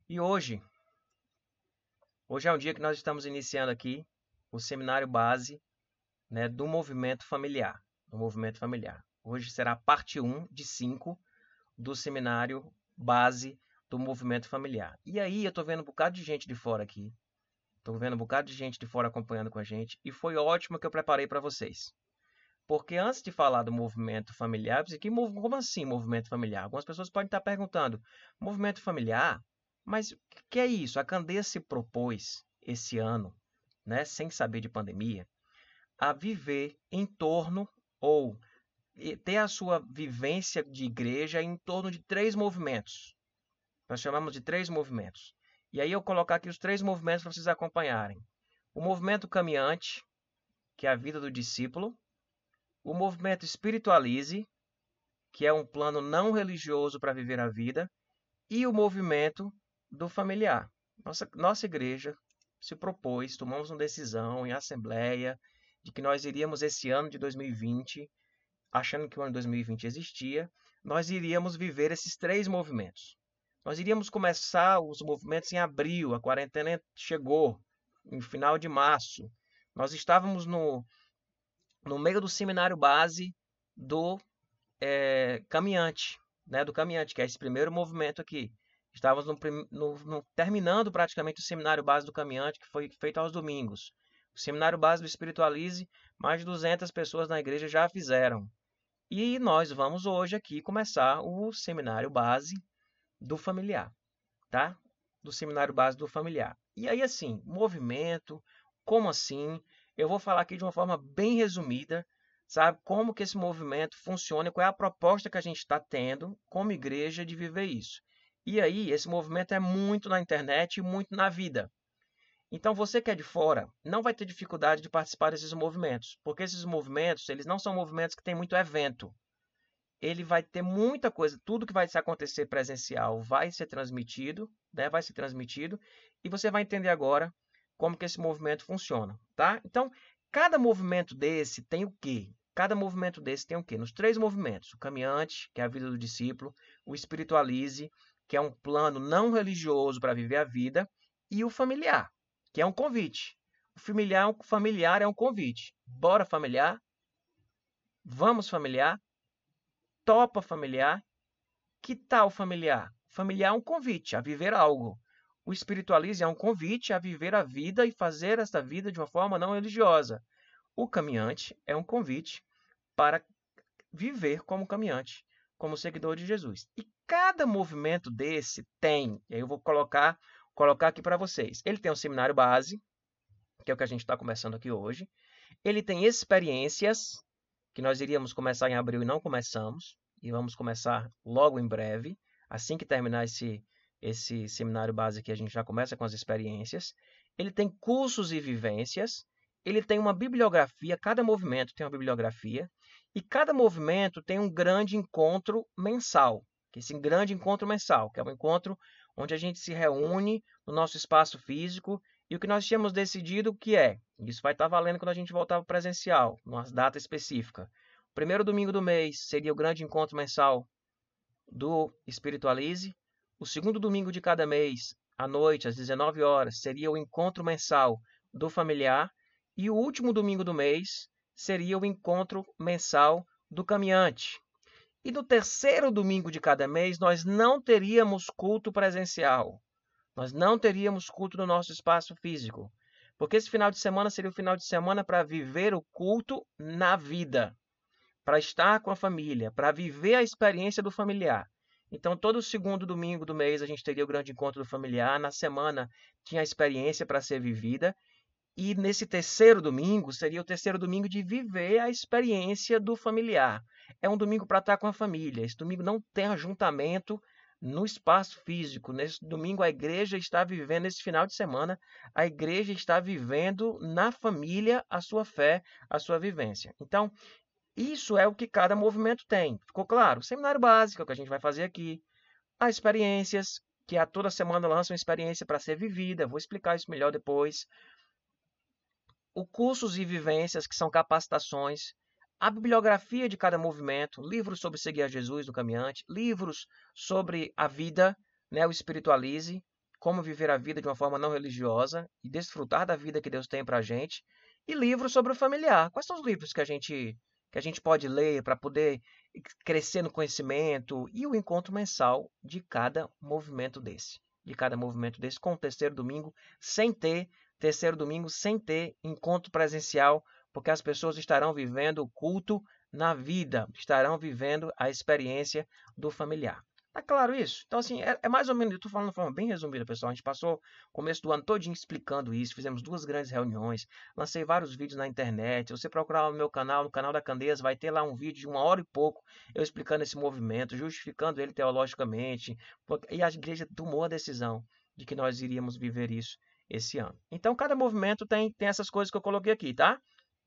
E hoje é um dia que nós estamos iniciando aqui o seminário base, né, do movimento familiar. Hoje será a parte 1 de 5 do seminário base do movimento familiar. E aí eu estou vendo um bocado de gente de fora aqui. Estou vendo um bocado de gente de fora acompanhando com a gente. E foi ótimo que eu preparei para vocês. Porque antes de falar do movimento familiar, eu pensei, como assim movimento familiar? Algumas pessoas podem estar perguntando, movimento familiar? Mas o que é isso? A Candeia se propôs esse ano, né, sem saber de pandemia, a viver em torno ou ter a sua vivência de igreja em torno de 3 movimentos. Nós chamamos de 3 movimentos. E aí eu colocar aqui os 3 movimentos para vocês acompanharem. O movimento caminhante, que é a vida do discípulo. O movimento espiritualize, que é um plano não religioso para viver a vida. E o movimento do familiar. Nossa igreja se propôs, tomamos uma decisão em assembleia, de que nós iríamos esse ano de 2020, achando que o ano de 2020 existia, nós iríamos viver esses 3 movimentos. Nós iríamos começar os movimentos em abril, a quarentena chegou, em final de março. Nós estávamos no meio do seminário base do caminhante, né, do caminhante, que é esse primeiro movimento aqui. Estávamos terminando praticamente o seminário base do caminhante, que foi feito aos domingos. O seminário base do Espiritualize, mais de 200 pessoas na igreja já fizeram. E nós vamos hoje aqui começar o seminário base do familiar, tá? Do seminário base do familiar. E aí, assim, movimento, como assim? Eu vou falar aqui de uma forma bem resumida, sabe? Como que esse movimento funciona, qual é a proposta que a gente está tendo como igreja de viver isso. E aí, esse movimento é muito na internet e muito na vida. Então, você que é de fora não vai ter dificuldade de participar desses movimentos, porque esses movimentos, eles não são movimentos que têm muito evento. Ele vai ter muita coisa, tudo que vai se acontecer presencial vai ser transmitido, né? Vai ser transmitido, e você vai entender agora como que esse movimento funciona, tá? Então, cada movimento desse tem o quê? Cada movimento desse tem o quê? Nos 3 movimentos, o caminhante, que é a vida do discípulo, o espiritualize, que é um plano não religioso para viver a vida, e o familiar, que é um convite. O familiar é um convite. Bora familiar? Vamos familiar? Topa familiar? Que tal familiar? Familiar é um convite a viver algo. O espiritualismo é um convite a viver a vida e fazer esta vida de uma forma não religiosa. O caminhante é um convite para viver como caminhante, como seguidor de Jesus. E cada movimento desse tem, e aí eu vou colocar aqui para vocês. Ele tem um seminário base, que é o que a gente está começando aqui hoje. Ele tem experiências, que nós iríamos começar em abril e não começamos, e vamos começar logo em breve. Assim que terminar esse seminário base aqui, a gente já começa com as experiências. Ele tem cursos e vivências. Ele tem uma bibliografia, cada movimento tem uma bibliografia. E cada movimento tem um grande encontro mensal. Que esse grande encontro mensal, que é um encontro onde a gente se reúne no nosso espaço físico. E o que nós tínhamos decidido que isso vai estar valendo quando a gente voltar para o presencial, numa data específica. O primeiro domingo do mês seria o grande encontro mensal do Espiritualize. O segundo domingo de cada mês, à noite, às 19 horas, seria o encontro mensal do familiar. E o último domingo do mês seria o encontro mensal do caminhante. E no terceiro domingo de cada mês, nós não teríamos culto presencial. Nós não teríamos culto no nosso espaço físico. Porque esse final de semana seria o final de semana para viver o culto na vida. Para estar com a família, para viver a experiência do familiar. Então, todo segundo domingo do mês a gente teria o grande encontro do familiar. Na semana tinha a experiência para ser vivida. E nesse terceiro domingo, seria o terceiro domingo de viver a experiência do familiar. É um domingo para estar com a família. Esse domingo não tem ajuntamento no espaço físico. Nesse domingo a igreja está vivendo, nesse final de semana, a igreja está vivendo na família a sua fé, a sua vivência. Então, isso é o que cada movimento tem. Ficou claro? O seminário básico, que a gente vai fazer aqui. As experiências, que a toda semana lança uma experiência para ser vivida. Vou explicar isso melhor depois. O cursos e vivências, que são capacitações, a bibliografia de cada movimento, livros sobre seguir a Jesus do caminhante, livros sobre a vida, né, o espiritualize, Como viver a vida de uma forma não religiosa e desfrutar da vida que Deus tem para a gente, e livros sobre o familiar. Quais são os livros que a gente pode ler para poder crescer no conhecimento e o encontro mensal de cada movimento desse. De cada movimento desse, com o terceiro domingo sem ter encontro presencial, porque as pessoas estarão vivendo o culto na vida, estarão vivendo a experiência do familiar. Tá claro isso? Então, assim, é mais ou menos, eu estou falando de forma bem resumida, pessoal. A gente passou o começo do ano todinho explicando isso, fizemos 2 grandes reuniões, lancei vários vídeos na internet. Se você procurar lá no meu canal, no canal da Candeias, vai ter lá um vídeo de 1 hora e pouco, eu explicando esse movimento, justificando ele teologicamente, e a igreja tomou a decisão de que nós iríamos viver isso esse ano. Então, cada movimento tem essas coisas que eu coloquei aqui, tá?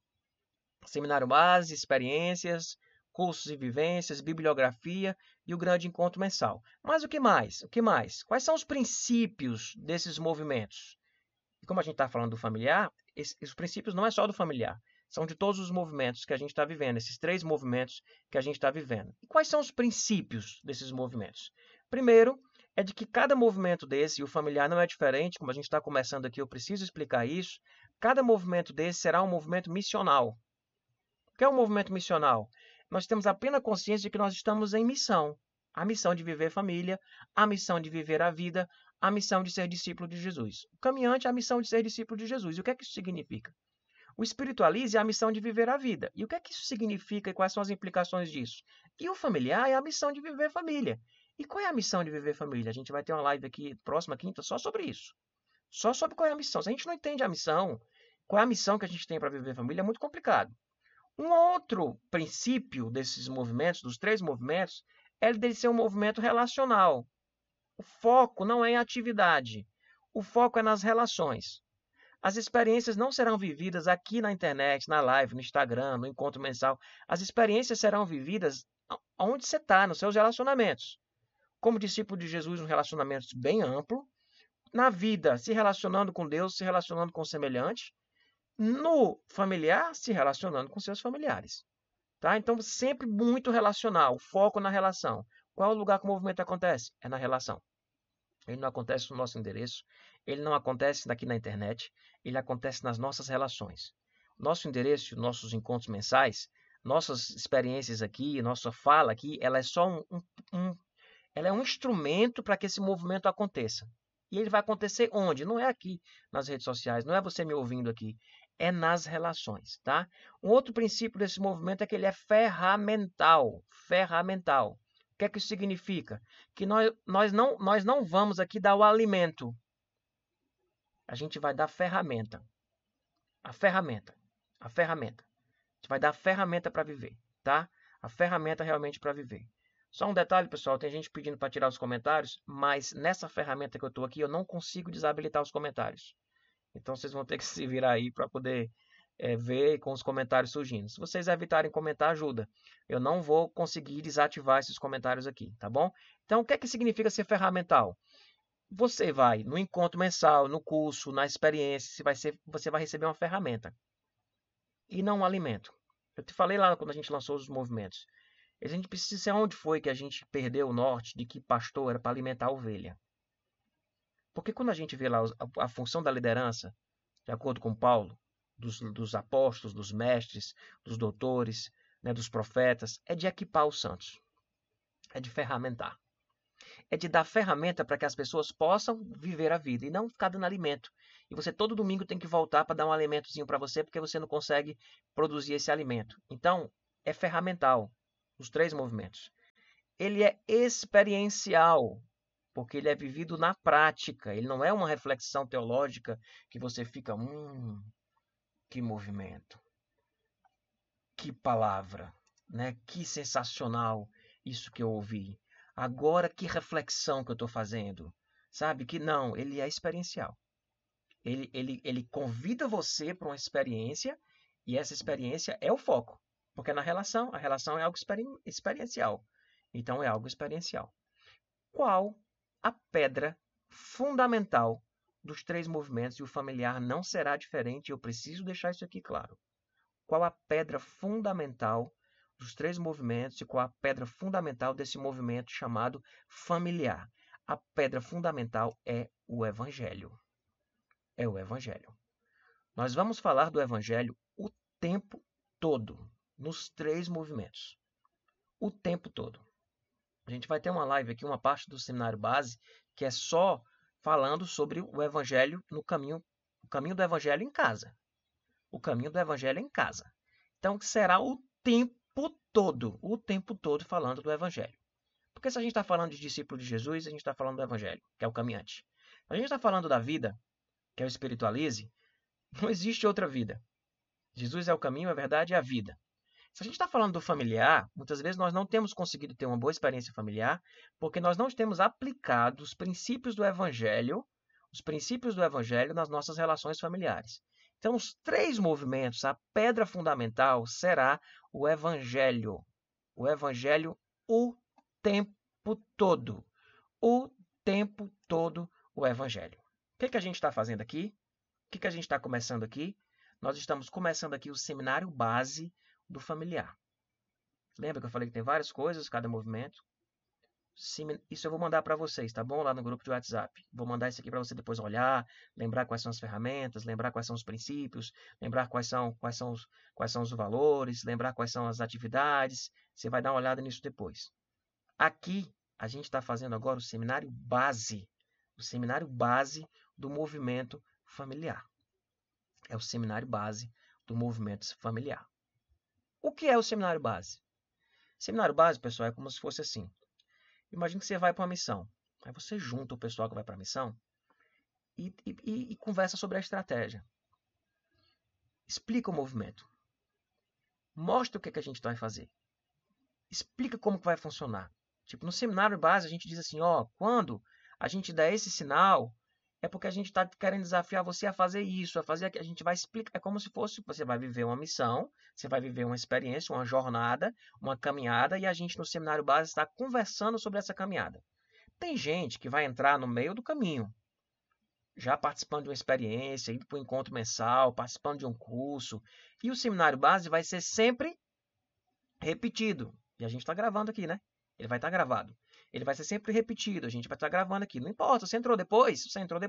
Seminário base, experiências, cursos e vivências, bibliografia e o grande encontro mensal. Mas o que mais? O que mais? Quais são os princípios desses movimentos? E como a gente está falando do familiar, os princípios não é só do familiar, são de todos os movimentos que a gente está vivendo, esses 3 movimentos que a gente está vivendo. E quais são os princípios desses movimentos? Primeiro, é de que cada movimento desse, e o familiar não é diferente, como a gente está começando aqui, eu preciso explicar isso, cada movimento desse será um movimento missional. O que é um movimento missional? Nós temos a plena consciência de que nós estamos em missão. A missão de viver família, a missão de viver a vida, a missão de ser discípulo de Jesus. O caminhante é a missão de ser discípulo de Jesus. E o que é que isso significa? O espiritualize é a missão de viver a vida. E o que é que isso significa e quais são as implicações disso? E o familiar é a missão de viver família. E qual é a missão de viver família? A gente vai ter uma live aqui próxima quinta só sobre isso. Só sobre qual é a missão. Se a gente não entende a missão, qual é a missão que a gente tem para viver família, é muito complicado. Um outro princípio desses movimentos, dos 3 movimentos, é de ser um movimento relacional. O foco não é em atividade. O foco é nas relações. As experiências não serão vividas aqui na internet, na live, no Instagram, no encontro mensal. As experiências serão vividas onde você está, nos seus relacionamentos. Como discípulo de Jesus, um relacionamento bem amplo. Na vida, se relacionando com Deus, se relacionando com o semelhante. No familiar, se relacionando com seus familiares. Tá? Então, sempre muito relacional, foco na relação. Qual é o lugar que o movimento acontece? É na relação. Ele não acontece no nosso endereço, ele não acontece aqui na internet, ele acontece nas nossas relações. Nosso endereço, nossos encontros mensais, nossas experiências aqui, nossa fala aqui, ela é só ela é um instrumento para que esse movimento aconteça. E ele vai acontecer onde? Não é aqui nas redes sociais, não é você me ouvindo aqui, é nas relações, tá? Um outro princípio desse movimento é que ele é ferramental. Ferramental. O que é que isso significa? Que nós não vamos aqui dar o alimento. A gente vai dar ferramenta. A ferramenta. A ferramenta. A gente vai dar a ferramenta para viver, tá? A ferramenta realmente para viver. Só um detalhe, pessoal, tem gente pedindo para tirar os comentários, mas nessa ferramenta que eu estou aqui, eu não consigo desabilitar os comentários. Então, vocês vão ter que se virar aí para poder ver com os comentários surgindo. Se vocês evitarem comentar, ajuda. Eu não vou conseguir desativar esses comentários aqui, tá bom? Então, o que é que significa ser ferramental? Você vai no encontro mensal, no curso, na experiência, você vai receber uma ferramenta e não um alimento. Eu te falei lá quando a gente lançou os movimentos. A gente precisa saber onde foi que a gente perdeu o norte de que pastor era para alimentar a ovelha. Porque quando a gente vê lá a função da liderança, de acordo com Paulo, dos apóstolos, dos mestres, dos doutores, né, dos profetas, é de equipar os santos. É de ferramentar. É de dar ferramenta para que as pessoas possam viver a vida e não ficar dando alimento. E você todo domingo tem que voltar para dar um alimentozinho para você porque você não consegue produzir esse alimento. Então, é ferramental. Os 3 movimentos. Ele é experiencial, porque ele é vivido na prática. Ele não é uma reflexão teológica que você fica, que movimento, que palavra, né? Que sensacional isso que eu ouvi. Agora que reflexão que eu estou fazendo, sabe? Que não, ele é experiencial. Ele convida você para uma experiência e essa experiência é o foco. Porque na relação, a relação é algo experiencial. Então, é algo experiencial. Qual a pedra fundamental dos 3 movimentos? E o familiar não será diferente. Eu preciso deixar isso aqui claro. Qual a pedra fundamental dos 3 movimentos e qual a pedra fundamental desse movimento chamado familiar? A pedra fundamental é o Evangelho. É o Evangelho. Nós vamos falar do Evangelho o tempo todo, nos 3 movimentos. O tempo todo. A gente vai ter uma live aqui, uma parte do seminário base, que é só falando sobre o Evangelho no caminho, o caminho do Evangelho em casa. O caminho do Evangelho em casa. Então, será o tempo todo falando do Evangelho. Porque se a gente está falando de discípulo de Jesus, a gente está falando do Evangelho, que é o caminhante. Se a gente está falando da vida, que é o espiritualize, não existe outra vida. Jesus é o caminho, a verdade e a vida. Se a gente está falando do familiar, muitas vezes nós não temos conseguido ter uma boa experiência familiar, porque nós não temos aplicado os princípios do Evangelho nas nossas relações familiares. Então, os 3 movimentos, a pedra fundamental será o Evangelho. O Evangelho o tempo todo. O tempo todo o Evangelho. O que a gente está fazendo aqui? O que a gente está começando aqui? Nós estamos começando aqui o seminário base do familiar. Lembra que eu falei que tem várias coisas, cada movimento? Isso eu vou mandar para vocês, tá bom? Lá no grupo de WhatsApp. Vou mandar isso aqui para você depois olhar, lembrar quais são as ferramentas, lembrar quais são os princípios, lembrar quais são os valores, lembrar quais são as atividades. Você vai dar uma olhada nisso depois. Aqui, a gente está fazendo agora o seminário base do movimento familiar. É o seminário base do movimento familiar. O que é o seminário base? Seminário base, pessoal, é como se fosse assim. Imagina que você vai para uma missão. Aí você junta o pessoal que vai para a missão e conversa sobre a estratégia. Explica o movimento. Mostra o que a gente vai fazer. Explica como que vai funcionar. Tipo, no seminário base a gente diz assim, ó, quando a gente der esse sinal, é porque a gente está querendo desafiar você a fazer isso, a fazer aquilo. A gente vai explicar, é como se fosse, você vai viver uma missão, você vai viver uma experiência, uma jornada, uma caminhada, e a gente no seminário base está conversando sobre essa caminhada. Tem gente que vai entrar no meio do caminho, já participando de uma experiência, indo para um encontro mensal, participando de um curso, e o seminário base vai ser sempre repetido. E a gente está gravando aqui, né? Ele vai estar gravado. Ele vai ser sempre repetido, a gente vai estar gravando aqui. Não importa, você entrou depois,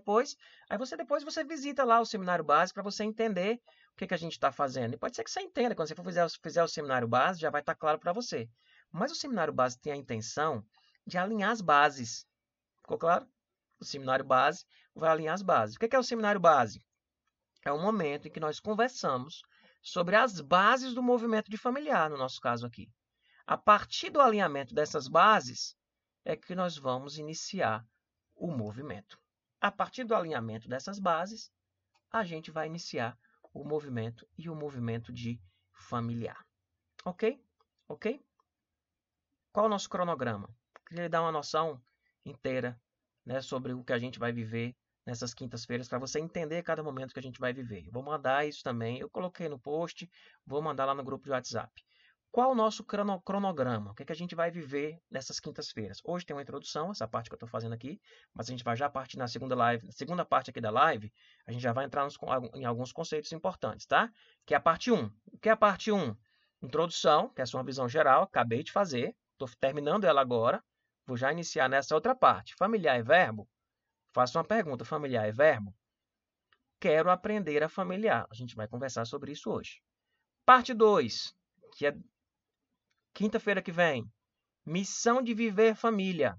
aí você visita lá o seminário base para você entender o que a gente está fazendo. E pode ser que você entenda, quando você fizer o seminário base, já vai estar claro para você. Mas o seminário base tem a intenção de alinhar as bases. Ficou claro? O seminário base vai alinhar as bases. O que é o seminário base? É um momento em que nós conversamos sobre as bases do movimento de familiar, no nosso caso aqui. A partir do alinhamento dessas bases, é que nós vamos iniciar o movimento. A partir do alinhamento dessas bases, a gente vai iniciar o movimento e o movimento de familiar. Ok? Ok? Qual é o nosso cronograma? Queria dar uma noção inteira, né, sobre o que a gente vai viver nessas quintas-feiras, para você entender cada momento que a gente vai viver. Eu vou mandar isso também, eu coloquei no post, vou mandar lá no grupo de WhatsApp. Qual o nosso cronograma? O que a gente vai viver nessas quintas-feiras? Hoje tem uma introdução, essa parte que eu estou fazendo aqui, mas a gente vai já partir na segunda parte aqui da live, a gente já vai entrar em alguns conceitos importantes, tá? Que é a parte 1. O que é a parte 1? Introdução, que é a sua visão geral, acabei de fazer, estou terminando ela agora, vou já iniciar nessa outra parte. Familiar é verbo? Faço uma pergunta, familiar é verbo? Quero aprender a familiar. A gente vai conversar sobre isso hoje. Parte 2, que é quinta-feira que vem, missão de viver família.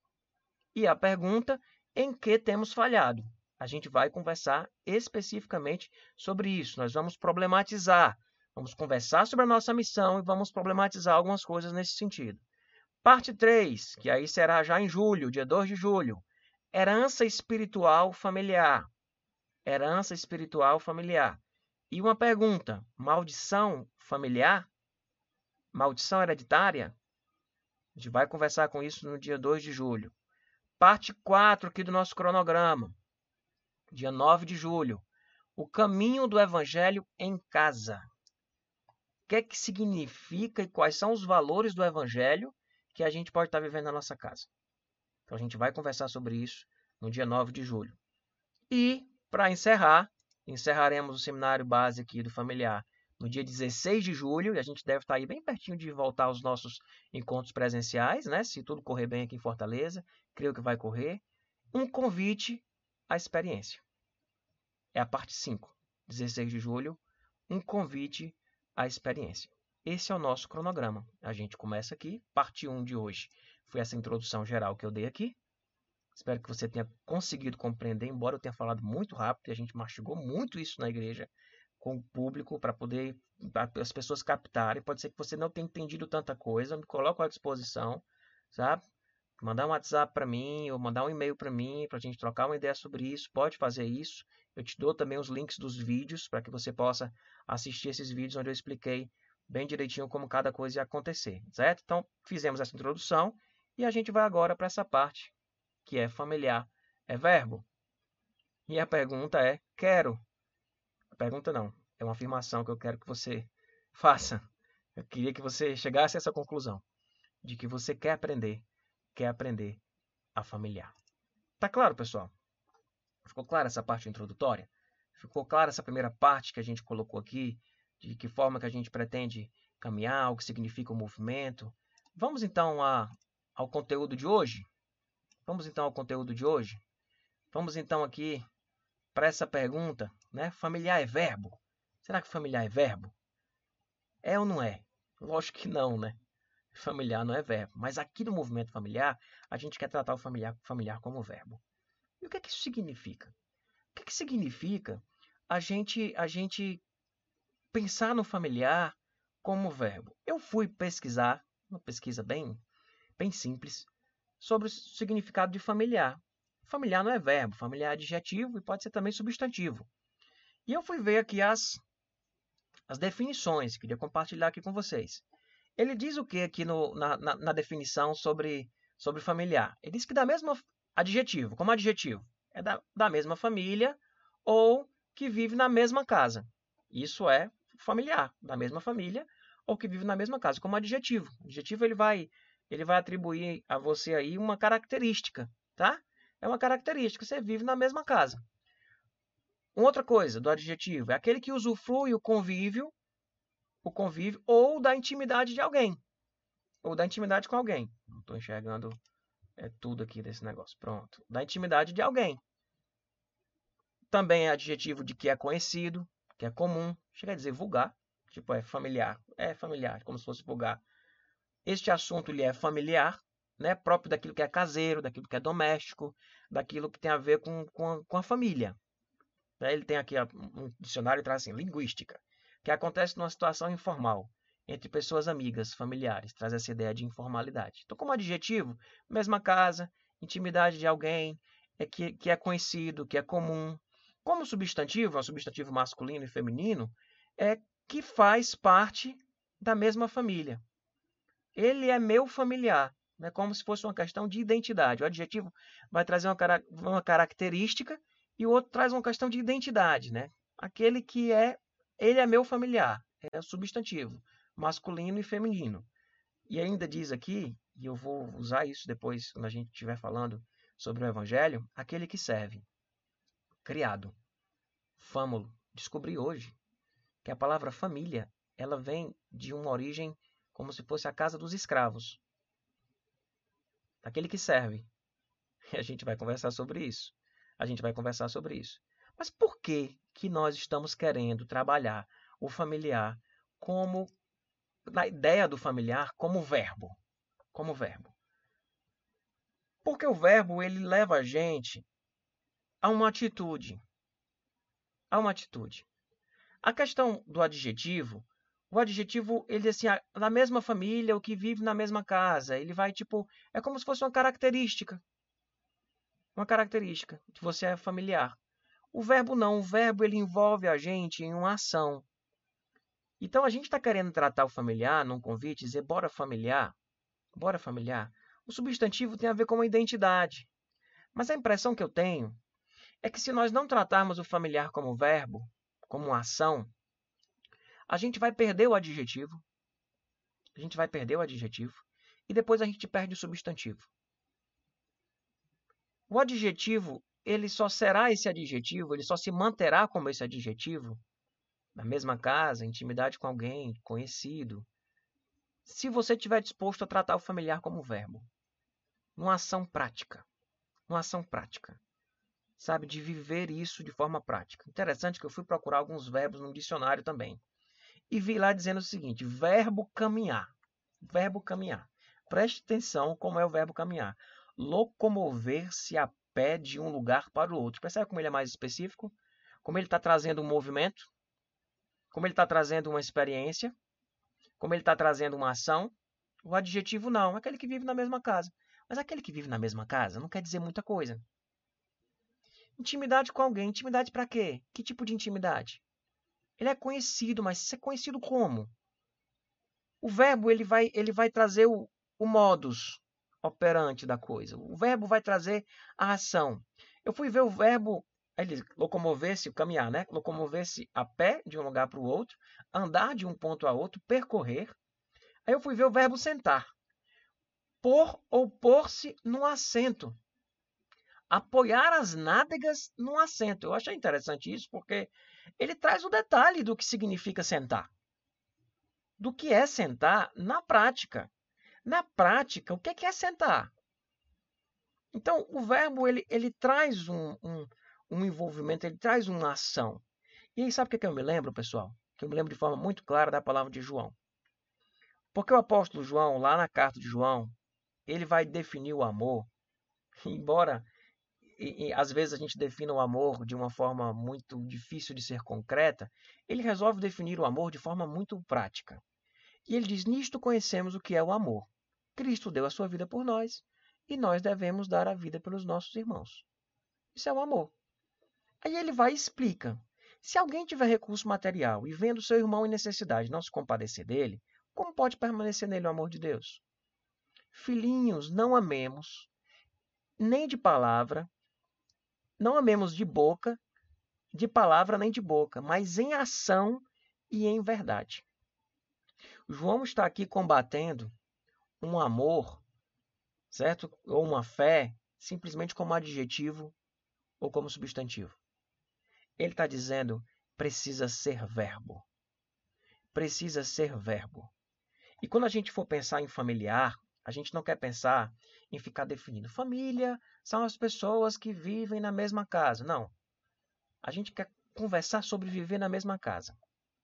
E a pergunta, em que temos falhado? A gente vai conversar especificamente sobre isso. Nós vamos problematizar, vamos conversar sobre a nossa missão e vamos problematizar algumas coisas nesse sentido. Parte 3, que aí será já em julho, dia 2 de julho. Herança espiritual familiar. Herança espiritual familiar. E uma pergunta, maldição familiar? Maldição hereditária? A gente vai conversar com isso no dia 2 de julho. Parte 4 aqui do nosso cronograma. Dia 9 de julho. O caminho do evangelho em casa. O que é que significa e quais são os valores do evangelho que a gente pode estar vivendo na nossa casa? Então a gente vai conversar sobre isso no dia 9 de julho. E, para encerraremos o seminário base aqui do familiar no dia 16 de julho, e a gente deve estar aí bem pertinho de voltar aos nossos encontros presenciais, né? Se tudo correr bem aqui em Fortaleza, creio que vai correr. Um convite à experiência. É a parte 5, 16 de julho, um convite à experiência. Esse é o nosso cronograma. A gente começa aqui, parte 1 de hoje foi essa introdução geral que eu dei aqui. Espero que você tenha conseguido compreender, embora eu tenha falado muito rápido, e a gente mastigou muito isso na igreja com o público para poder as pessoas captarem. Pode ser que você não tenha entendido tanta coisa, me coloco à disposição, sabe? Mandar um WhatsApp para mim ou mandar um e-mail para mim para a gente trocar uma ideia sobre isso. Pode fazer isso. Eu te dou também os links dos vídeos para que você possa assistir esses vídeos onde eu expliquei bem direitinho como cada coisa ia acontecer, certo? Então, fizemos essa introdução e a gente vai agora para essa parte que é familiar, é verbo. E a pergunta é, quero. A pergunta não, é uma afirmação que eu quero que você faça. Eu queria que você chegasse a essa conclusão, de que você quer aprender a familiar. Tá claro, pessoal? Ficou clara essa parte introdutória? Ficou clara essa primeira parte que a gente colocou aqui, de que forma que a gente pretende caminhar, o que significa o movimento? Vamos então ao conteúdo de hoje? Vamos então ao conteúdo de hoje? Vamos então aqui para essa pergunta, né? Familiar é verbo? Será que familiar é verbo? É ou não é? Lógico que não, né? Familiar não é verbo. Mas aqui no movimento familiar, a gente quer tratar o familiar como verbo. E o que é que isso significa? O que é que significa a gente pensar no familiar como verbo? Eu fui pesquisar, uma pesquisa bem simples, sobre o significado de familiar. Familiar não é verbo, familiar é adjetivo e pode ser também substantivo. E eu fui ver aqui as definições, queria compartilhar aqui com vocês. Ele diz o que aqui na definição sobre familiar? Ele diz que da mesma adjetivo, como adjetivo, é da mesma família ou que vive na mesma casa. Isso é familiar, da mesma família ou que vive na mesma casa, como adjetivo. O adjetivo ele vai atribuir a você aí uma característica, tá? É uma característica, você vive na mesma casa. Uma outra coisa do adjetivo é aquele que usufrui o convívio ou da intimidade de alguém, ou da intimidade com alguém. Não estou enxergando tudo aqui desse negócio. Pronto. Da intimidade de alguém. Também é adjetivo de que é conhecido, que é comum. Chega a dizer vulgar, tipo é familiar. É familiar, como se fosse vulgar. Este assunto ele é familiar, né, próprio daquilo que é caseiro, daquilo que é doméstico, daquilo que tem a ver com a família. Ele tem aqui um dicionário e traz assim, linguística, que acontece numa situação informal, entre pessoas amigas, familiares, traz essa ideia de informalidade. Então, como adjetivo, mesma casa, intimidade de alguém, que é conhecido, que é comum. Como substantivo, é um substantivo masculino e feminino, é que faz parte da mesma família. Ele é meu familiar, né? Como se fosse uma questão de identidade. O adjetivo vai trazer uma característica e o outro traz uma questão de identidade, né? Aquele que ele é meu familiar, é o substantivo, masculino e feminino. E ainda diz aqui, e eu vou usar isso depois quando a gente estiver falando sobre o Evangelho, aquele que serve, criado, fâmulo. Descobri hoje que a palavra família, ela vem de uma origem como se fosse a casa dos escravos. Aquele que serve. E a gente vai conversar sobre isso. Mas por que nós estamos querendo trabalhar o familiar como, na ideia do familiar, como verbo? Como verbo. Porque o verbo, ele leva a gente a uma atitude. A questão do adjetivo, o adjetivo, ele assim, na mesma família, o que vive na mesma casa, ele vai tipo, é como se fosse uma característica que você é familiar. O verbo não, o verbo ele envolve a gente em uma ação. Então a gente está querendo tratar o familiar num convite, dizer bora familiar. O substantivo tem a ver com uma identidade. Mas a impressão que eu tenho é que se nós não tratarmos o familiar como verbo, como uma ação, a gente vai perder o adjetivo. E depois a gente perde o substantivo. O adjetivo, ele só será esse adjetivo, ele só se manterá como esse adjetivo, na mesma casa, intimidade com alguém, conhecido, se você estiver disposto a tratar o familiar como verbo, numa ação prática. sabe, de viver isso de forma prática. Interessante que eu fui procurar alguns verbos no dicionário também. E vi lá dizendo o seguinte: verbo caminhar. Verbo caminhar. Preste atenção como é o verbo caminhar. Locomover-se a pé de um lugar para o outro. Percebe como ele é mais específico? Como ele está trazendo um movimento? Como ele está trazendo uma experiência? Como ele está trazendo uma ação? O adjetivo não, aquele que vive na mesma casa. Mas aquele que vive na mesma casa não quer dizer muita coisa. Intimidade com alguém. Intimidade para quê? Que tipo de intimidade? Ele é conhecido, mas ser conhecido como? O verbo ele vai trazer o modus operandi da coisa. O verbo vai trazer a ação. Eu fui ver o verbo ele locomover-se, caminhar, né? Locomover-se a pé de um lugar para o outro, andar de um ponto a outro, percorrer. Aí eu fui ver o verbo sentar. Pôr ou pôr-se no assento. Apoiar as nádegas no assento. Eu achei interessante isso porque ele traz o detalhe do que significa sentar. Do que é sentar na prática. Na prática, o que é sentar? Então, o verbo ele traz um envolvimento, ele traz uma ação. E aí, sabe o que eu me lembro, pessoal? Que eu me lembro de forma muito clara da palavra de João. Porque o apóstolo João, lá na carta de João, ele vai definir o amor, embora às vezes a gente defina o amor de uma forma muito difícil de ser concreta, ele resolve definir o amor de forma muito prática. E ele diz: nisto conhecemos o que é o amor. Cristo deu a sua vida por nós e nós devemos dar a vida pelos nossos irmãos. Isso é o amor. Aí ele vai e explica. Se alguém tiver recurso material e vendo seu irmão em necessidade não se compadecer dele, como pode permanecer nele o amor de Deus? Filhinhos, não amemos, nem de palavra, não amemos de boca, de palavra nem de boca, mas em ação e em verdade. João está aqui combatendo um amor, certo? Ou uma fé, simplesmente como adjetivo ou como substantivo. Ele está dizendo, precisa ser verbo. Precisa ser verbo. E quando a gente for pensar em familiar, a gente não quer pensar em ficar definindo. Família são as pessoas que vivem na mesma casa. Não. A gente quer conversar sobre viver na mesma casa.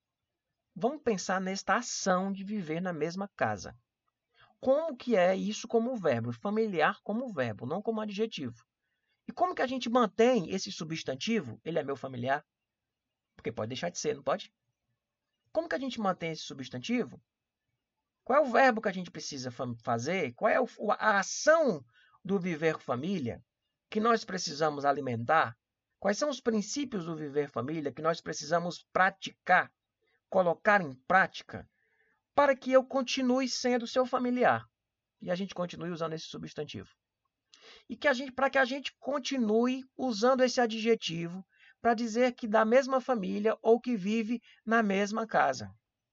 Vamos pensar nesta ação de viver na mesma casa. Como que é isso como verbo? Familiar como verbo, não como adjetivo. E como que a gente mantém esse substantivo? Ele é meu familiar? Porque pode deixar de ser, não pode? Como que a gente mantém esse substantivo? Qual é o verbo que a gente precisa fazer? Qual é a ação do viver família que nós precisamos alimentar? Quais são os princípios do viver família que nós precisamos praticar, colocar em prática, para que eu continue sendo seu familiar e a gente continue usando esse substantivo? E para que a gente continue usando esse adjetivo para dizer que da mesma família ou que vive na mesma casa.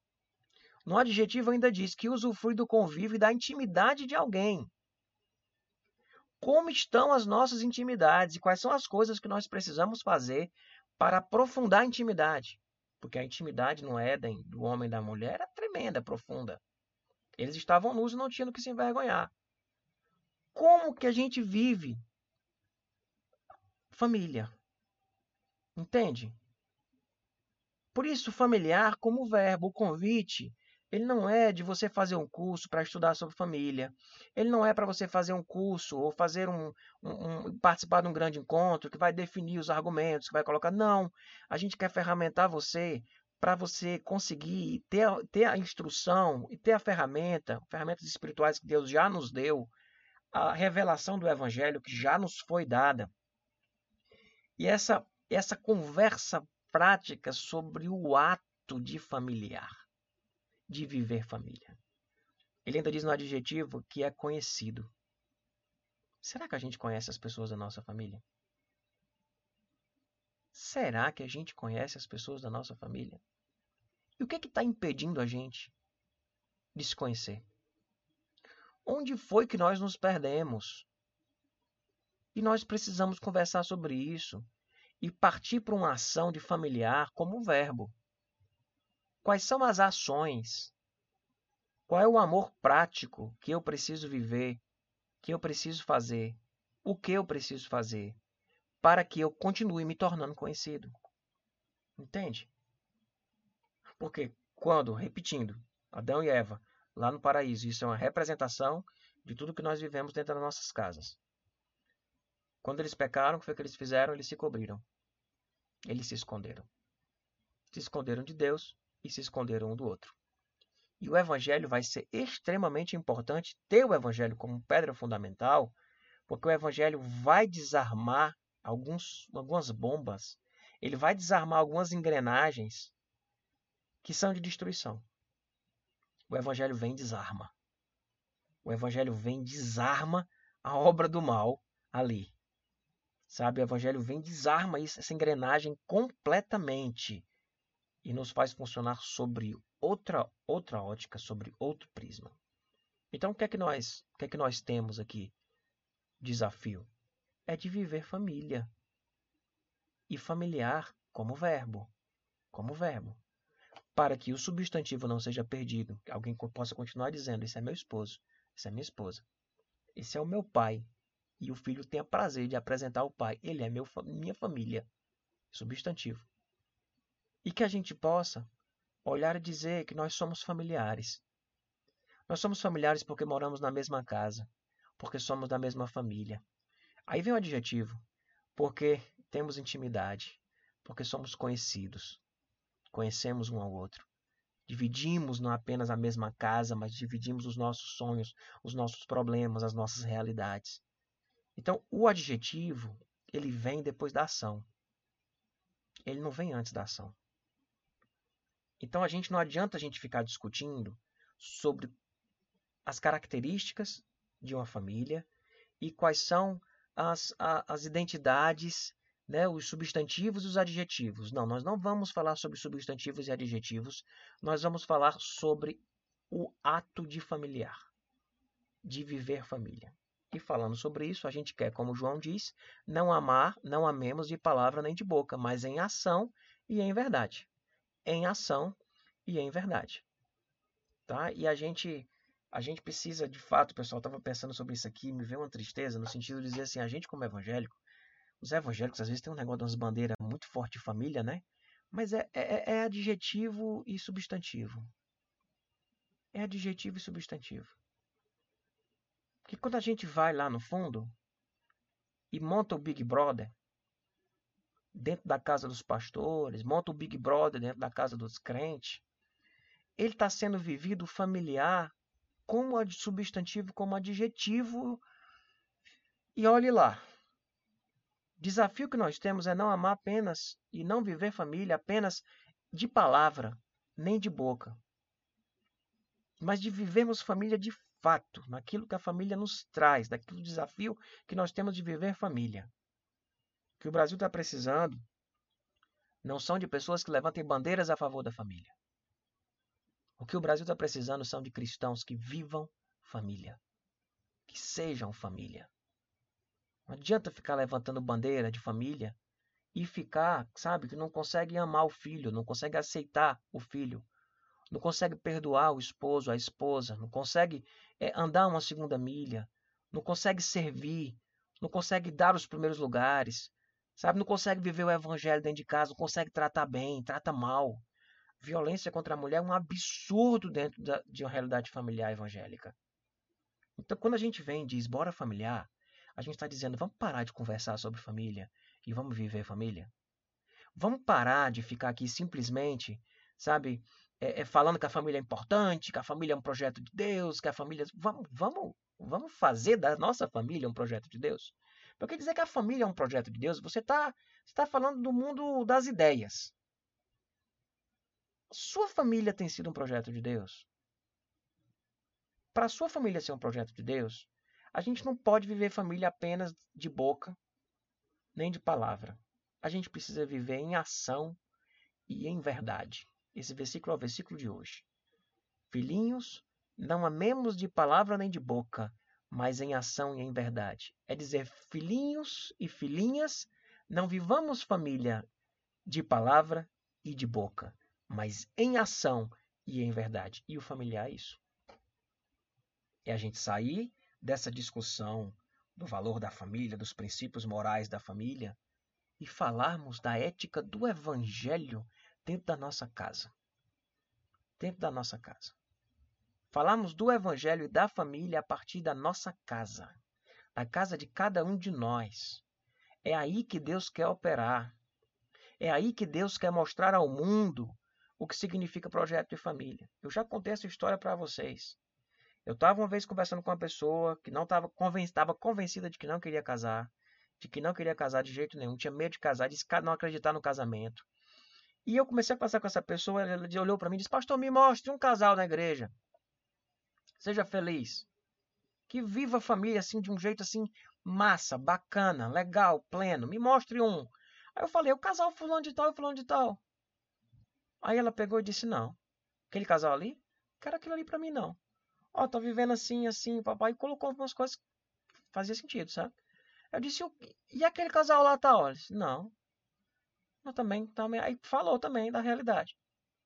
No adjetivo ainda diz que usufrui do convívio e da intimidade de alguém. Como estão as nossas intimidades e quais são as coisas que nós precisamos fazer para aprofundar a intimidade? Porque a intimidade no Éden do homem e da mulher era tremenda, profunda. Eles estavam nus e não tinham do que se envergonhar. Como que a gente vive família? Entende? Por isso, familiar como verbo, o convite, ele não é de você fazer um curso para estudar sobre família. Ele não é para você fazer um curso ou fazer participar de um grande encontro que vai definir os argumentos, que vai colocar. Não, a gente quer ferramentar você para você conseguir ter a instrução e ter a ferramentas espirituais que Deus já nos deu, a revelação do Evangelho que já nos foi dada. E essa conversa prática sobre o ato de familiar, de viver família. Ele ainda diz no adjetivo que é conhecido. Será que a gente conhece as pessoas da nossa família? Será que a gente conhece as pessoas da nossa família? E o que está impedindo a gente de se conhecer? Onde foi que nós nos perdemos? E nós precisamos conversar sobre isso e partir para uma ação de familiar como verbo. Quais são as ações? Qual é o amor prático que eu preciso viver, que eu preciso fazer, o que eu preciso fazer, para que eu continue me tornando conhecido. Entende? Porque quando, repetindo, Adão e Eva, lá no paraíso, isso é uma representação de tudo que nós vivemos dentro das nossas casas. Quando eles pecaram, o que foi que eles fizeram? Eles se cobriram. Eles se esconderam. Se esconderam de Deus e se esconderam um do outro. E o Evangelho vai ser extremamente importante ter o Evangelho como pedra fundamental, porque o Evangelho vai desarmar algumas bombas, ele vai desarmar algumas engrenagens que são de destruição. O Evangelho vem e desarma. O Evangelho vem e desarma a obra do mal ali. Sabe, o Evangelho vem e desarma essa engrenagem completamente e nos faz funcionar sobre outra ótica, sobre outro prisma. Então, o que é que nós temos aqui? Desafio é de viver família. E familiar como verbo. Para que o substantivo não seja perdido. Que alguém possa continuar dizendo, esse é meu esposo, essa é minha esposa. Esse é o meu pai. E o filho tenha prazer de apresentar o pai. Ele é minha família. Substantivo. E que a gente possa olhar e dizer que nós somos familiares. Nós somos familiares porque moramos na mesma casa. Porque somos da mesma família. Aí vem o adjetivo. Porque temos intimidade. Porque somos conhecidos. Conhecemos um ao outro. Dividimos não apenas a mesma casa, mas dividimos os nossos sonhos, os nossos problemas, as nossas realidades. Então, o adjetivo, ele vem depois da ação. Ele não vem antes da ação. Então, não adianta a gente ficar discutindo sobre as características de uma família e quais são as identidades, né, os substantivos e os adjetivos. Não, nós não vamos falar sobre substantivos e adjetivos. Nós vamos falar sobre o ato de familiar, de viver família. E falando sobre isso, a gente quer, como João diz, não amemos de palavra nem de boca, mas em ação e em verdade. Em ação e em verdade. Tá? E a gente precisa, de fato, pessoal, estava pensando sobre isso aqui, me veio uma tristeza, no sentido de dizer assim, a gente como evangélico, os evangélicos às vezes tem um negócio de umas bandeiras muito forte de família, né? Mas é adjetivo e substantivo. É adjetivo e substantivo. Porque quando a gente vai lá no fundo e monta o Big Brother dentro da casa dos pastores, monta o Big Brother dentro da casa dos crentes, ele está sendo vivido familiar como substantivo, como adjetivo. E olhe lá. O desafio que nós temos é não amar apenas e não viver família apenas de palavra, nem de boca. Mas de vivermos família de fato, naquilo que a família nos traz, daquele desafio que nós temos de viver família. O que o Brasil está precisando não são de pessoas que levantem bandeiras a favor da família. O que o Brasil está precisando são de cristãos que vivam família, que sejam família. Não adianta ficar levantando bandeira de família e ficar, sabe, que não consegue amar o filho, não consegue aceitar o filho, não consegue perdoar o esposo, a esposa, não consegue andar uma segunda milha, não consegue servir, não consegue dar os primeiros lugares, sabe, não consegue viver o evangelho dentro de casa, não consegue tratar bem, trata mal. Violência contra a mulher é um absurdo dentro de uma realidade familiar evangélica. Então, quando a gente vem e diz, bora familiar, a gente está dizendo, vamos parar de conversar sobre família e vamos viver família? Vamos parar de ficar aqui simplesmente, sabe, falando que a família é importante, que a família é um projeto de Deus, que a família... Vamos fazer da nossa família um projeto de Deus? Porque dizer que a família é um projeto de Deus, você está falando do mundo das ideias. Sua família tem sido um projeto de Deus? Para a sua família ser um projeto de Deus, a gente não pode viver família apenas de boca, nem de palavra. A gente precisa viver em ação e em verdade. Esse versículo é o versículo de hoje. Filhinhos, não amemos de palavra nem de boca, mas em ação e em verdade. É dizer, filhinhos e filhinhas, não vivamos família de palavra e de boca, mas em ação e em verdade. E o familiar é isso. É a gente sair dessa discussão do valor da família, dos princípios morais da família, e falarmos da ética do Evangelho dentro da nossa casa. Dentro da nossa casa. Falarmos do Evangelho e da família a partir da nossa casa. Da casa de cada um de nós. É aí que Deus quer operar. É aí que Deus quer mostrar ao mundo o que significa projeto de família. Eu já contei essa história para vocês. Eu estava uma vez conversando com uma pessoa que não estava convencida de que não queria casar, de jeito nenhum, tinha medo de casar, disse não acreditar no casamento. E eu comecei a conversar com essa pessoa, ela olhou para mim e disse: pastor, me mostre um casal na igreja. Seja feliz. Que viva a família assim de um jeito assim massa, bacana, legal, pleno. Me mostre um. Aí eu falei: o casal fulano de tal e fulano de tal. Aí ela pegou e disse: não. Aquele casal ali? Não quero aquilo ali para mim, não. Ó, tô vivendo assim, assim, papai. E colocou umas coisas que fazia sentido, sabe? Eu disse: e aquele casal lá tá? Olha, disse, não. Eu também. Aí falou também da realidade.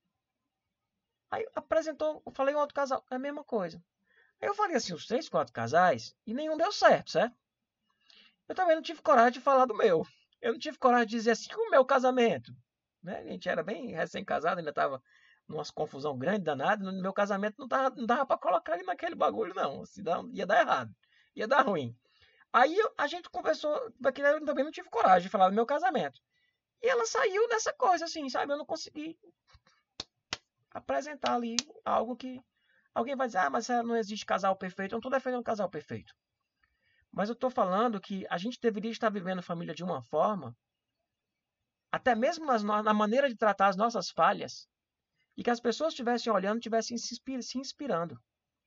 Aí apresentou, eu falei um outro casal, é a mesma coisa. Aí eu falei assim, os 3, 4 casais, e nenhum deu certo, certo? Eu também não tive coragem de falar do meu. Eu não tive coragem de dizer assim, o meu casamento. Né? A gente era bem recém-casado, ainda estava numa confusão grande, danada. No meu casamento não dava para colocar ele naquele bagulho, não. Ia dar errado. Ia dar ruim. Aí a gente conversou, daquele eu também não tive coragem de falar do meu casamento. E ela saiu dessa coisa, assim, sabe? Eu não consegui apresentar ali algo que alguém vai dizer, mas não existe casal perfeito. Eu não estou defendendo um casal perfeito. Mas eu estou falando que a gente deveria estar vivendo a família de uma forma, até mesmo na maneira de tratar as nossas falhas, e que as pessoas estivessem olhando, estivessem se inspirando.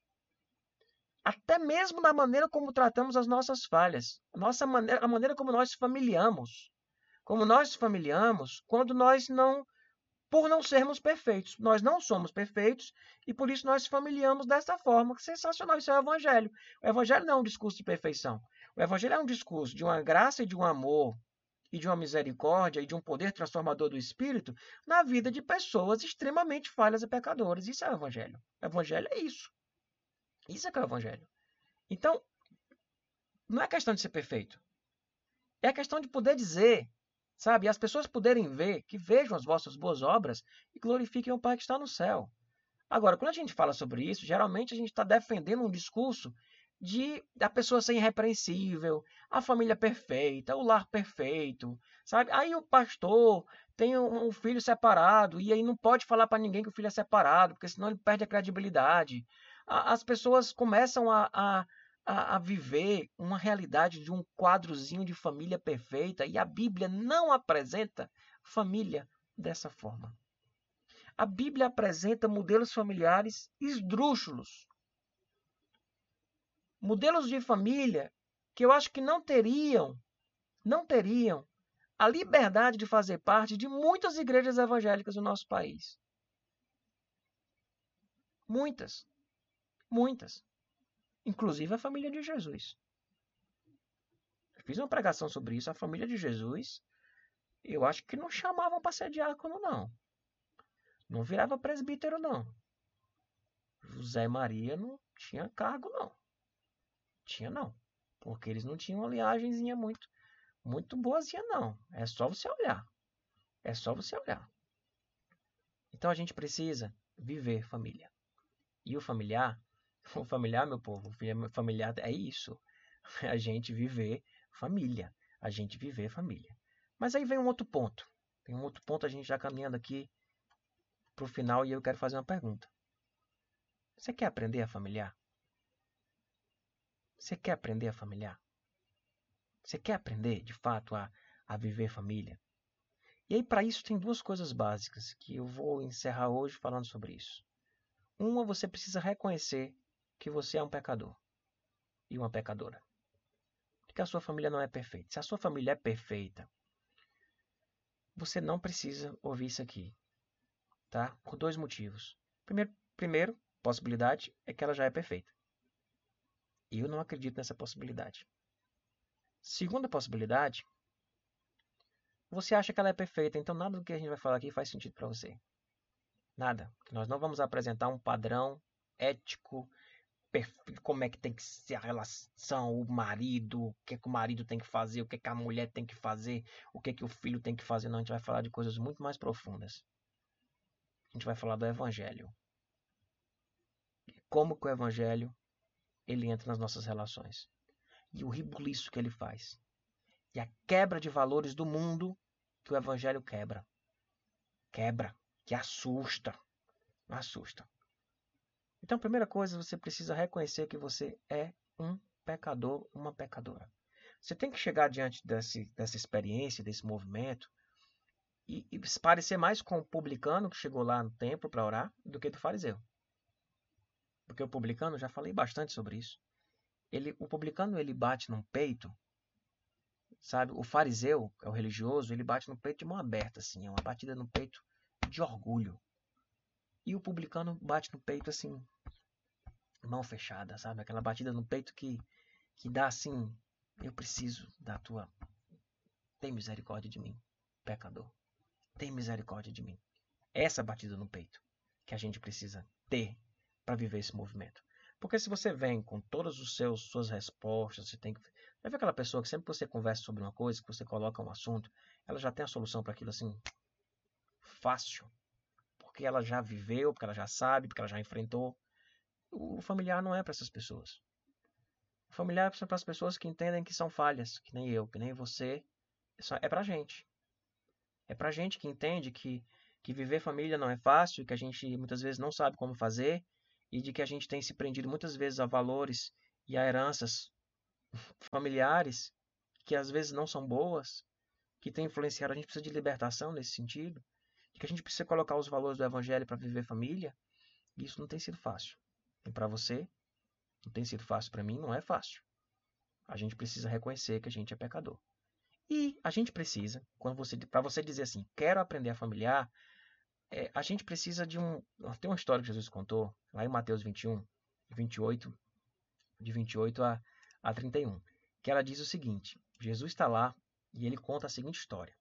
Até mesmo na maneira como tratamos as nossas falhas. A maneira como nós familiamos. Como nós familiamos quando nós não... Por não sermos perfeitos. Nós não somos perfeitos e por isso nós familiamos dessa forma. Sensacional, isso é o Evangelho. O Evangelho não é um discurso de perfeição. O Evangelho é um discurso de uma graça e de um amor e de uma misericórdia e de um poder transformador do Espírito na vida de pessoas extremamente falhas e pecadoras. Isso é o Evangelho. O Evangelho é isso. Isso é que é o Evangelho. Então, não é questão de ser perfeito. É questão de poder dizer, sabe? E as pessoas poderem ver, que vejam as vossas boas obras e glorifiquem o Pai que está no céu. Agora, quando a gente fala sobre isso, geralmente a gente está defendendo um discurso de a pessoa ser irrepreensível, a família perfeita, o lar perfeito, sabe? Aí o pastor tem um filho separado e aí não pode falar para ninguém que o filho é separado, porque senão ele perde a credibilidade. As pessoas começam a viver uma realidade de um quadrozinho de família perfeita e a Bíblia não apresenta família dessa forma. A Bíblia apresenta modelos familiares esdrúxulos. Modelos de família que eu acho que não teriam a liberdade de fazer parte de muitas igrejas evangélicas do nosso país. Muitas. Muitas. Inclusive a família de Jesus. Eu fiz uma pregação sobre isso. A família de Jesus, eu acho que não chamavam para ser diácono, não. Não virava presbítero, não. José e Maria não tinha cargo, não. Tinha, não. Porque eles não tinham uma linhagemzinha muito boazinha, não. É só você olhar. É só você olhar. Então a gente precisa viver família. E o familiar, meu povo, o familiar é isso. A gente viver família. A gente viver família. Mas aí vem um outro ponto. Tem um outro ponto, a gente já caminhando aqui para o final, e eu quero fazer uma pergunta. Você quer aprender a familiar? Você quer aprender a familiar? Você quer aprender, de fato, a viver família? E aí, para isso, tem duas coisas básicas que eu vou encerrar hoje falando sobre isso. Uma, você precisa reconhecer que você é um pecador e uma pecadora. Que a sua família não é perfeita. Se a sua família é perfeita, você não precisa ouvir isso aqui, tá? Por dois motivos. Primeiro, possibilidade é que ela já é perfeita. E eu não acredito nessa possibilidade. Segunda possibilidade, você acha que ela é perfeita, então nada do que a gente vai falar aqui faz sentido para você. Nada. Nós não vamos apresentar um padrão ético, perfil, como é que tem que ser a relação, o marido, o que o marido tem que fazer, o que a mulher tem que fazer, o que o filho tem que fazer. Não, a gente vai falar de coisas muito mais profundas. A gente vai falar do Evangelho. Como que o Evangelho ele entra nas nossas relações. E o ribuliço que ele faz. E a quebra de valores do mundo que o Evangelho quebra. Quebra, que assusta. Assusta. Então, a primeira coisa, você precisa reconhecer que você é um pecador, uma pecadora. Você tem que chegar diante dessa experiência, desse movimento, e parecer mais com o publicano que chegou lá no templo para orar do que do fariseu. Porque o publicano, já falei bastante sobre isso, o publicano ele bate no peito, sabe? O fariseu, que é o religioso, ele bate no peito de mão aberta, assim, é uma batida no peito de orgulho. E o publicano bate no peito assim, mão fechada, sabe? Aquela batida no peito que dá assim, eu preciso da tua... Tem misericórdia de mim, pecador. Tem misericórdia de mim. Essa batida no peito que a gente precisa ter para viver esse movimento. Porque se você vem com todas as suas respostas, você tem que... Já viu aquela pessoa que sempre que você conversa sobre uma coisa, que você coloca um assunto, ela já tem a solução para aquilo assim, fácil. Porque ela já viveu, porque ela já sabe, porque ela já enfrentou. O familiar não é para essas pessoas. O familiar é para as pessoas que entendem que são falhas, que nem eu, que nem você. É pra gente. É pra gente que entende que viver família não é fácil, que a gente muitas vezes não sabe como fazer, e de que a gente tem se prendido muitas vezes a valores e a heranças familiares que às vezes não são boas, que tem influenciado. A gente precisa de libertação nesse sentido, de que a gente precisa colocar os valores do Evangelho para viver família, e isso não tem sido fácil. E para você, não tem sido fácil, para mim não é fácil. A gente precisa reconhecer que a gente é pecador. E a gente precisa, para você dizer assim, quero aprender a familiar, a gente precisa de um... Tem uma história que Jesus contou, lá em Mateus 21, 28, de 28 a 31, que ela diz o seguinte, Jesus está lá e ele conta a seguinte história.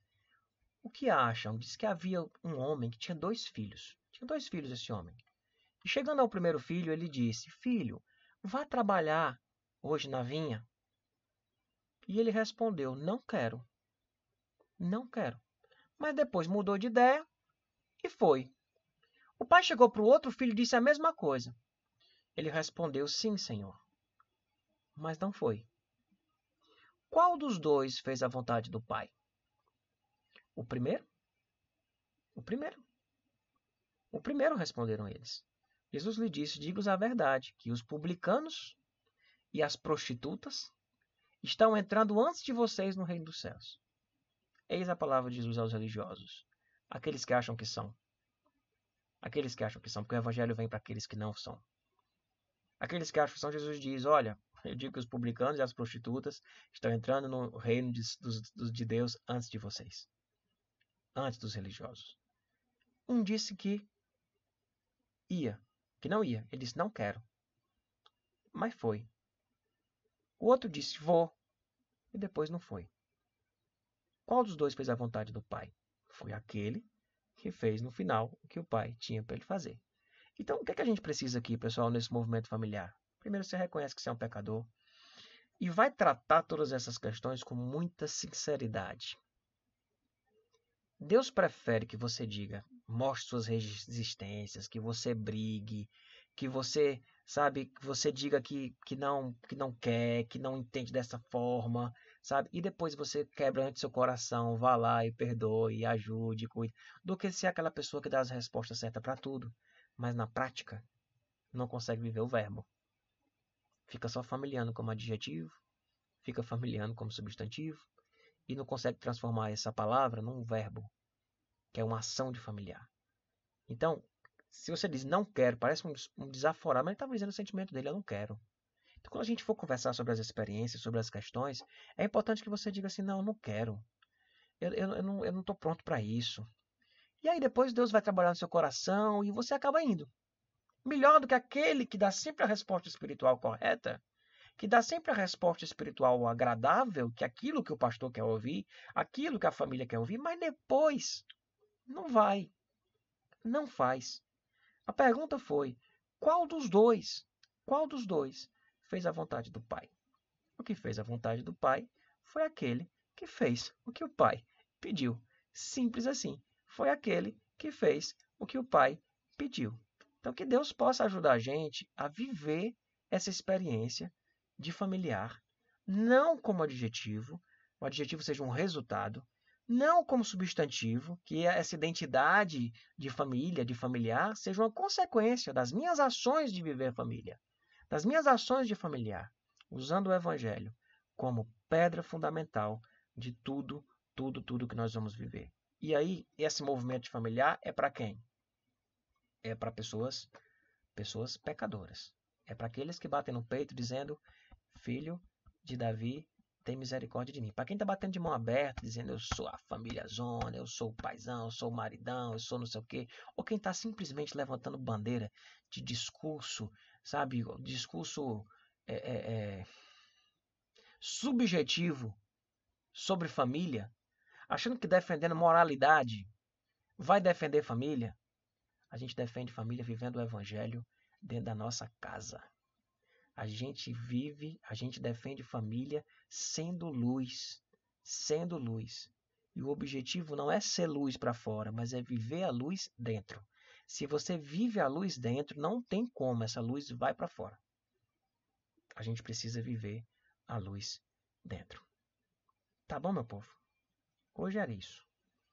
O que acham? Diz que havia um homem que tinha 2 filhos. Tinha 2 filhos esse homem. E chegando ao primeiro filho, ele disse, filho, vá trabalhar hoje na vinha. E ele respondeu, não quero. Não quero. Mas depois mudou de ideia e foi. O pai chegou para o outro filho e disse a mesma coisa. Ele respondeu, sim, senhor. Mas não foi. Qual dos 2 fez a vontade do pai? O primeiro? O primeiro. O primeiro, responderam eles. Jesus lhe disse, digo-vos a verdade, que os publicanos e as prostitutas estão entrando antes de vocês no reino dos céus. Eis a palavra de Jesus aos religiosos. Aqueles que acham que são. Aqueles que acham que são, porque o evangelho vem para aqueles que não são. Aqueles que acham que são, Jesus diz, olha, eu digo que os publicanos e as prostitutas estão entrando no reino de Deus antes de vocês. Antes dos religiosos. Um disse que ia, que não ia. Ele disse, não quero. Mas foi. O outro disse, vou. E depois não foi. Qual dos 2 fez a vontade do pai? Foi aquele que fez no final o que o pai tinha para ele fazer. Então, o que é que a gente precisa aqui, pessoal, nesse movimento familiar? Primeiro, você reconhece que você é um pecador e vai tratar todas essas questões com muita sinceridade. Deus prefere que você diga, mostre suas resistências, que você brigue, que você, sabe, que você diga que não quer, que não entende dessa forma, sabe? E depois você quebra ante seu coração, vá lá e perdoe, ajude, cuide, do que ser aquela pessoa que dá as respostas certas para tudo, mas na prática não consegue viver o verbo. Fica só familiando como adjetivo, fica familiando como substantivo, e não consegue transformar essa palavra num verbo, que é uma ação de familiar. Então, se você diz não quero, parece um desaforar, mas ele estava dizendo o sentimento dele, eu não quero. Então, quando a gente for conversar sobre as experiências, sobre as questões, é importante que você diga assim, não, eu não quero. Eu não estou pronto para isso. E aí depois Deus vai trabalhar no seu coração e você acaba indo. Melhor do que aquele que dá sempre a resposta espiritual correta, que dá sempre a resposta espiritual agradável, que é aquilo que o pastor quer ouvir, aquilo que a família quer ouvir, mas depois não vai, não faz. A pergunta foi, qual dos 2? Qual dos dois fez a vontade do Pai? O que fez a vontade do Pai foi aquele que fez o que o Pai pediu. Simples assim. Foi aquele que fez o que o Pai pediu. Então, que Deus possa ajudar a gente a viver essa experiência de familiar, não como adjetivo, o adjetivo seja um resultado, não como substantivo, que essa identidade de família, de familiar, seja uma consequência das minhas ações de viver família, das minhas ações de familiar, usando o Evangelho como pedra fundamental de tudo que nós vamos viver. E aí, esse movimento de familiar é para quem? É para pessoas pecadoras. É para aqueles que batem no peito dizendo, filho de Davi, tem misericórdia de mim. Para quem está batendo de mão aberta, dizendo, eu sou a família zona, eu sou o paizão, eu sou o maridão, eu sou não sei o quê. Ou quem está simplesmente levantando bandeira de discurso, sabe? Discurso subjetivo sobre família, achando que defendendo moralidade vai defender família. A gente defende família vivendo o Evangelho dentro da nossa casa. A gente defende família sendo luz. Sendo luz. E o objetivo não é ser luz para fora, mas é viver a luz dentro. Se você vive a luz dentro, não tem como, essa luz vai para fora. A gente precisa viver a luz dentro. Tá bom, meu povo? Hoje era isso.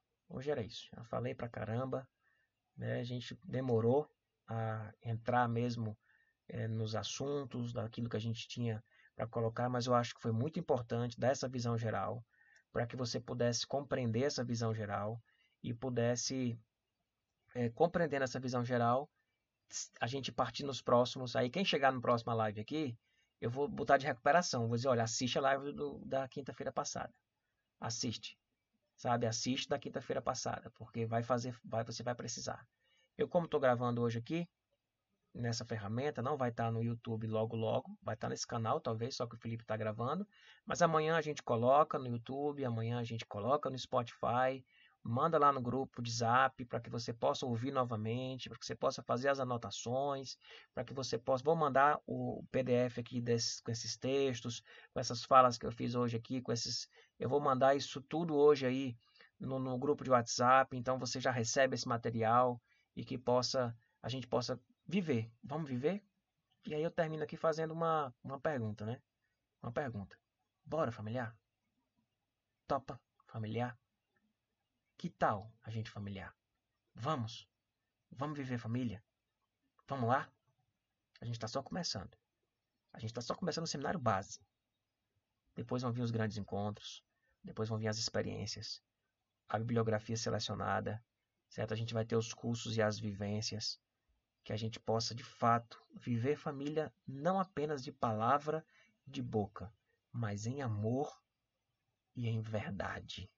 Já falei pra caramba. Né? A gente demorou a entrar mesmo nos assuntos, daquilo que a gente tinha para colocar, mas eu acho que foi muito importante dar essa visão geral, para que você pudesse compreender essa visão geral e pudesse, compreendendo essa visão geral, a gente partir nos próximos. Aí quem chegar no próximo live aqui, eu vou botar de recuperação, vou dizer, olha, assiste a live da quinta-feira passada. Assiste. Sabe, assiste da quinta-feira passada, porque você vai precisar. Eu, como estou gravando hoje aqui, nessa ferramenta, não vai estar no YouTube logo, vai estar nesse canal, talvez, só que o Felipe está gravando, mas amanhã a gente coloca no YouTube, amanhã a gente coloca no Spotify, manda lá no grupo de Zap, para que você possa ouvir novamente, para que você possa fazer as anotações, para que você possa... Vou mandar o PDF aqui com esses textos, com essas falas que eu fiz hoje aqui, eu vou mandar isso tudo hoje aí no grupo de WhatsApp, então você já recebe esse material e que a gente possa viver. Vamos viver? E aí eu termino aqui fazendo uma pergunta, né? Uma pergunta. Bora, familiar? Topa, familiar? Que tal a gente familiar? Vamos? Vamos viver família? Vamos lá? A gente está só começando. A gente está só começando o seminário base. Depois vão vir os grandes encontros. Depois vão vir as experiências. A bibliografia selecionada. Certo? A gente vai ter os cursos e as vivências. Que a gente possa, de fato, viver família não apenas de palavra e de boca, mas em amor e em verdade.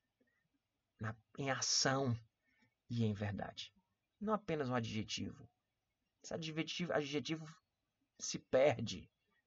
Em ação e em verdade. Não apenas um adjetivo. Esse adjetivo se perde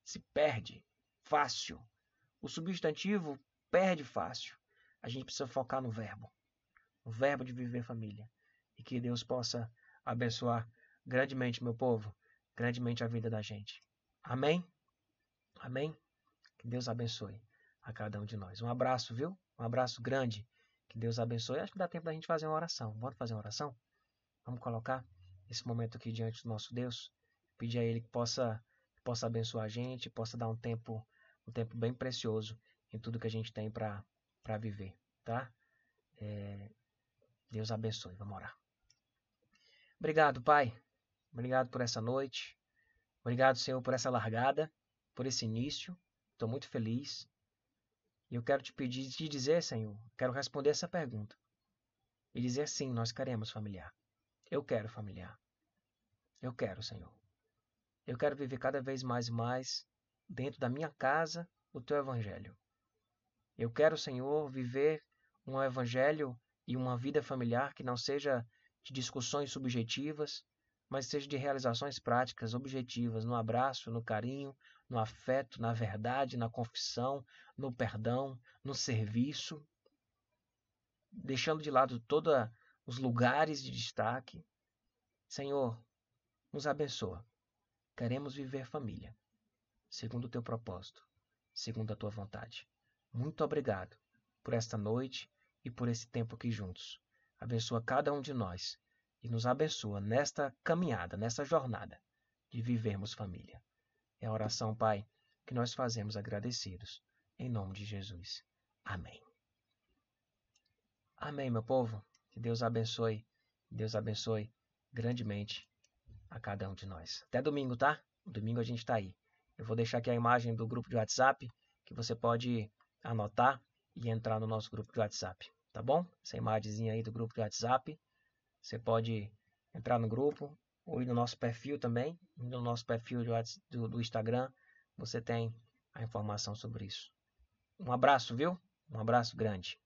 fácil. O substantivo perde fácil. A gente precisa focar no verbo de viver família. E que Deus possa abençoar grandemente, meu povo, grandemente a vida da gente. Amém? Amém? Que Deus abençoe a cada um de nós. Um abraço, viu? Um abraço grande. Que Deus abençoe. Acho que dá tempo da gente fazer uma oração. Vamos fazer uma oração? Vamos colocar esse momento aqui diante do nosso Deus. Pedir a Ele que possa abençoar a gente, possa dar um tempo bem precioso em tudo que a gente tem para viver, tá? Deus abençoe. Vamos orar. Obrigado, Pai. Obrigado por essa noite. Obrigado, Senhor, por essa largada, por esse início. Estou muito feliz. E eu quero te dizer, Senhor, quero responder essa pergunta. E dizer sim, nós queremos familiar. Eu quero familiar. Eu quero, Senhor. Eu quero viver cada vez mais e mais dentro da minha casa o Teu Evangelho. Eu quero, Senhor, viver um Evangelho e uma vida familiar que não seja de discussões subjetivas, mas seja de realizações práticas, objetivas, no abraço, no carinho, no afeto, na verdade, na confissão, no perdão, no serviço, deixando de lado todos os lugares de destaque. Senhor, nos abençoa. Queremos viver família, segundo o teu propósito, segundo a tua vontade. Muito obrigado por esta noite e por esse tempo aqui juntos. Abençoa cada um de nós e nos abençoa nesta caminhada, nesta jornada de vivermos família. É a oração, Pai, que nós fazemos agradecidos. Em nome de Jesus. Amém. Amém, meu povo. Que Deus abençoe. Deus abençoe grandemente a cada um de nós. Até domingo, tá? Domingo a gente está aí. Eu vou deixar aqui a imagem do grupo de WhatsApp, que você pode anotar e entrar no nosso grupo de WhatsApp, tá bom? Essa imagenzinha aí do grupo de WhatsApp. Você pode entrar no grupo ou ir no nosso perfil também. No nosso perfil do Instagram, você tem a informação sobre isso. Um abraço, viu? Um abraço grande.